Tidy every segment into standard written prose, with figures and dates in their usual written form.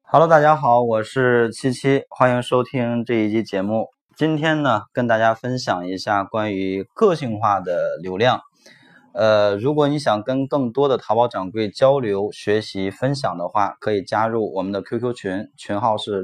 Hello，大家好，我是七七，欢迎收听这一期节目。今天呢，跟大家分享一下关于个性化的流量。如果你想跟更多的淘宝掌柜交流、学习、分享的话，可以加入我们的 QQ 群，群号是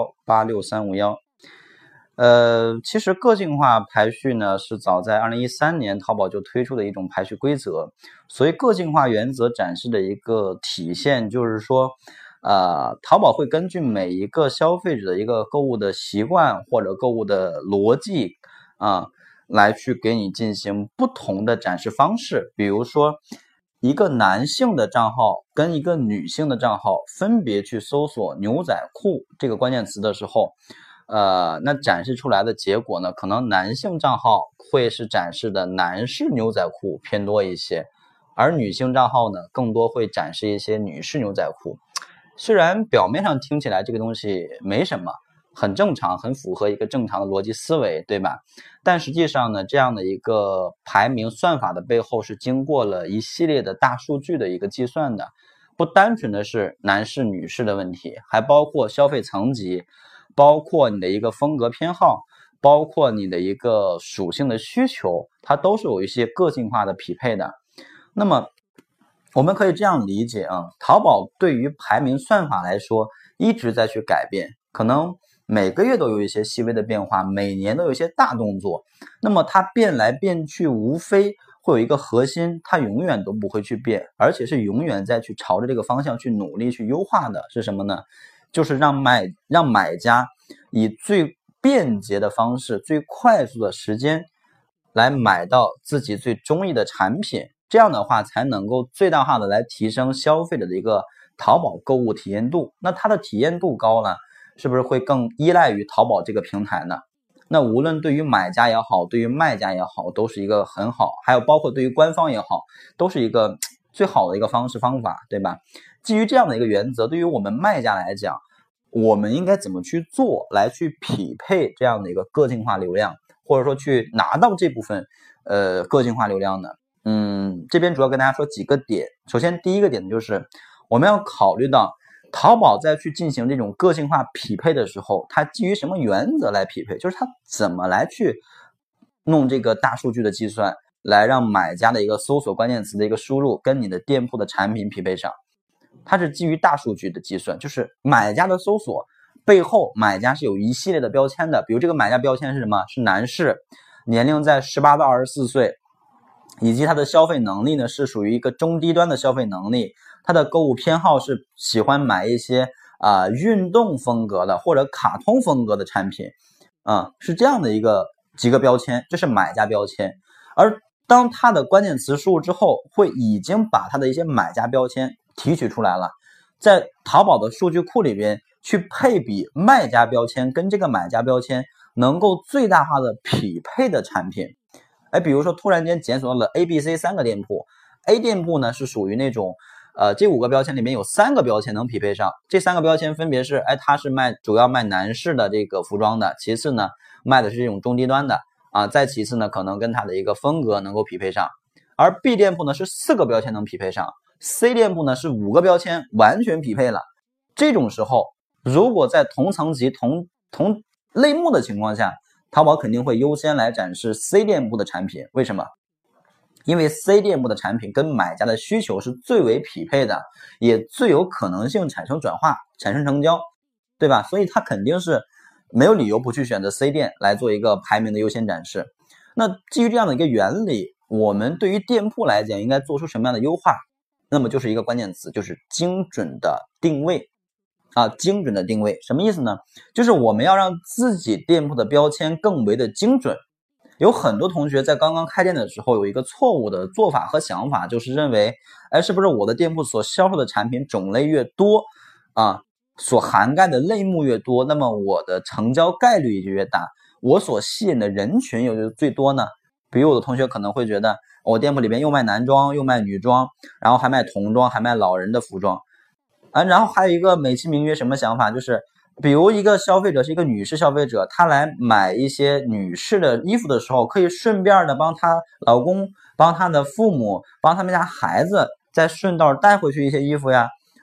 61866351。其实个性化排序呢，是早在2013年淘宝就推出的一种排序规则。所以个性化原则展示的一个体现就是说，淘宝会根据每一个消费者的一个购物的习惯或者购物的逻辑来去给你进行不同的展示方式。比如说一个男性的账号跟一个女性的账号分别去搜索牛仔裤这个关键词的时候，那展示出来的结果呢，可能男性账号会是展示的男士牛仔裤偏多一些，而女性账号呢更多会展示一些女士牛仔裤。虽然表面上听起来这个东西没什么，很正常，很符合一个正常的逻辑思维，对吧？但实际上呢，这样的一个排名算法的背后是经过了一系列的大数据的一个计算的，不单纯的是男士女士的问题，还包括消费层级，包括你的一个风格偏好，包括你的一个属性的需求，它都是有一些个性化的匹配的。那么我们可以这样理解淘宝对于排名算法来说一直在去改变，可能每个月都有一些细微的变化，每年都有一些大动作。那么它变来变去，无非会有一个核心，它永远都不会去变，而且是永远在去朝着这个方向去努力去优化的，是什么呢？就是让买家以最便捷的方式，最快速的时间来买到自己最中意的产品。这样的话才能够最大化的来提升消费者的一个淘宝购物体验度。那它的体验度高了，是不是会更依赖于淘宝这个平台呢？那无论对于买家也好，对于卖家也好，都是一个很好，还有包括对于官方也好，都是一个最好的一个方法，对吧？基于这样的一个原则，对于我们卖家来讲，我们应该怎么去做来去匹配这样的一个个性化流量，或者说去拿到这部分个性化流量呢？这边主要跟大家说几个点。首先第一个点就是我们要考虑到淘宝在去进行这种个性化匹配的时候，它基于什么原则来匹配，就是它怎么来去弄这个大数据的计算，来让买家的一个搜索关键词的一个输入跟你的店铺的产品匹配上。它是基于大数据的计算，就是买家的搜索背后，买家是有一系列的标签的。比如这个买家标签是什么？是男士，年龄在18到24岁，以及他的消费能力呢是属于一个中低端的消费能力，他的购物偏好是喜欢买一些运动风格的或者卡通风格的产品是这样的几个标签，这是买家标签。而当他的关键词输入之后，会已经把他的一些买家标签提取出来了，在淘宝的数据库里边去配比卖家标签跟这个买家标签能够最大化的匹配的产品。比如说突然间检索到了 A、B、C 三个店铺， A 店铺呢是属于那种这5个标签里面有3个标签能匹配上，这3个标签分别是它是主要卖男士的这个服装的，其次呢卖的是这种中低端的再其次呢可能跟它的一个风格能够匹配上。而 B 店铺呢是4个标签能匹配上， C 店铺呢是5个标签完全匹配了。这种时候如果在同层级同类目的情况下，淘宝肯定会优先来展示 C 店铺的产品。为什么？因为 C 店铺的产品跟买家的需求是最为匹配的，也最有可能性产生转化，产生成交，对吧？所以它肯定是没有理由不去选择 C 店来做一个排名的优先展示。那基于这样的一个原理，我们对于店铺来讲应该做出什么样的优化？那么就是一个关键词，就是精准的定位精准的定位什么意思呢？就是我们要让自己店铺的标签更为的精准。有很多同学在刚刚开店的时候有一个错误的做法和想法，就是认为是不是我的店铺所销售的产品种类越多所涵盖的类目越多，那么我的成交概率也就越大，我所吸引的人群也就最多呢？比如我的同学可能会觉得我店铺里边又卖男装又卖女装，然后还卖童装，还卖老人的服装然后还有一个美其名曰什么想法，就是比如一个消费者是一个女士消费者，她来买一些女士的衣服的时候，可以顺便的帮她老公、帮她的父母、帮他们家孩子再顺道带回去一些衣服呀。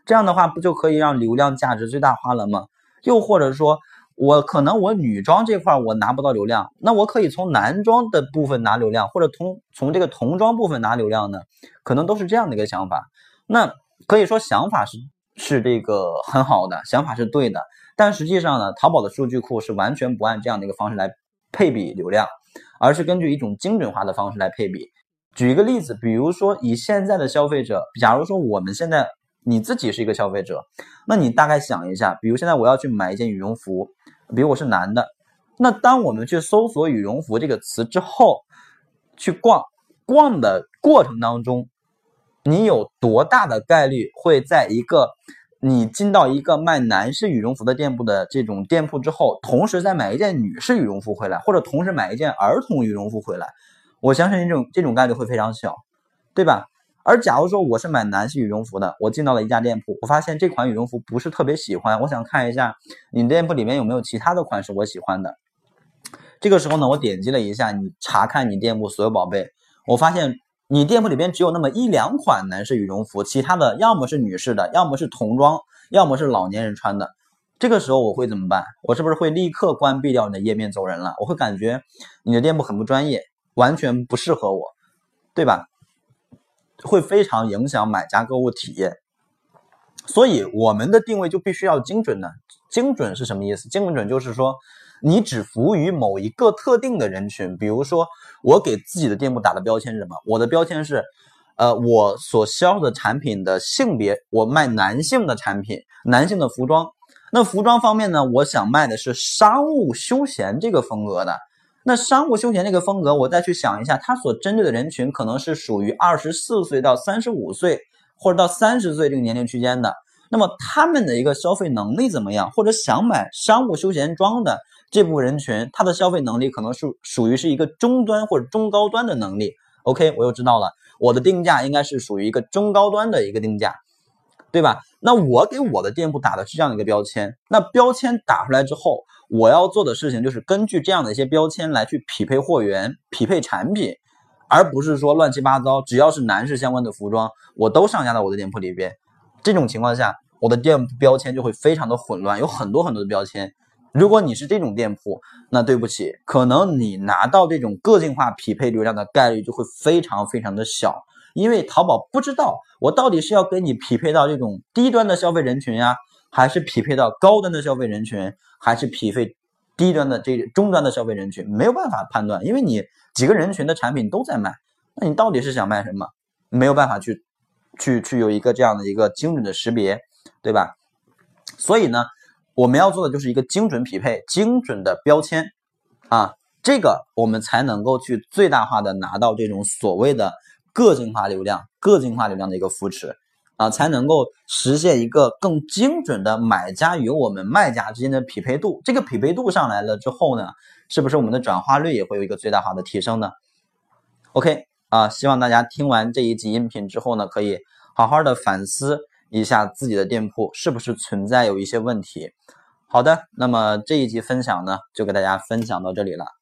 这样的话不就可以让流量价值最大化了吗？又或者说可能我女装这块我拿不到流量，那我可以从男装的部分拿流量，或者从这个童装部分拿流量呢？可能都是这样的一个想法。那可以说想法是这个很好的，想法是对的，但实际上呢，淘宝的数据库是完全不按这样的一个方式来配比流量，而是根据一种精准化的方式来配比。举一个例子，比如说以现在的消费者，假如说我们现在你自己是一个消费者，那你大概想一下，比如现在我要去买一件羽绒服，比如我是男的，那当我们去搜索羽绒服这个词之后，去逛的过程当中，你有多大的概率会在你进到一个卖男士羽绒服的店铺的这种店铺之后，同时再买一件女士羽绒服回来，或者同时买一件儿童羽绒服回来？我相信这种概率会非常小，对吧？而假如说我是买男士羽绒服的，我进到了一家店铺，我发现这款羽绒服不是特别喜欢，我想看一下你店铺里面有没有其他的款式我喜欢的。这个时候呢，我点击了一下你查看你店铺所有宝贝，我发现你店铺里边只有那么1-2款男士羽绒服，其他的要么是女士的，要么是童装，要么是老年人穿的。这个时候我会怎么办？我是不是会立刻关闭掉你的页面走人了？我会感觉你的店铺很不专业，完全不适合我，对吧？会非常影响买家购物体验。所以我们的定位就必须要精准的。精准是什么意思？精准就是说你只服务于某一个特定的人群。比如说我给自己的店铺打的标签是什么？我的标签是我所销的产品的性别，我卖男性的产品，男性的服装。那服装方面呢，我想卖的是商务休闲这个风格的。那商务休闲这个风格，我再去想一下，它所针对的人群可能是属于24岁到35岁，或者到30岁这个年龄区间的。那么他们的一个消费能力怎么样？或者想买商务休闲装的这部分人群，他的消费能力可能是属于是一个中端或者中高端的能力。OK， 我又知道了，我的定价应该是属于一个中高端的一个定价，对吧？那我给我的店铺打的是这样的一个标签，那标签打出来之后，我要做的事情就是根据这样的一些标签来去匹配货源、匹配产品，而不是说乱七八糟，只要是男士相关的服装，我都上架到我的店铺里边。这种情况下，我的店铺标签就会非常的混乱，有很多的标签。如果你是这种店铺，那对不起，可能你拿到这种个性化匹配流量的概率就会非常的小。因为淘宝不知道我到底是要给你匹配到这种低端的消费人群呀，还是匹配到高端的消费人群，还是匹配低端的中端的消费人群，没有办法判断，因为你几个人群的产品都在卖，那你到底是想卖什么？没有办法去有一个这样的一个精准的识别，对吧？所以呢，我们要做的就是一个精准匹配、精准的标签啊，这个我们才能够去最大化的拿到这种所谓的个性化流量的一个扶持啊，才能够实现一个更精准的买家与我们卖家之间的匹配度。这个匹配度上来了之后呢，是不是我们的转化率也会有一个最大化的提升呢？ OK 啊，希望大家听完这一集音频之后呢，可以好好的反思一下自己的店铺是不是存在有一些问题。好的，那么这一集分享呢，就给大家分享到这里了。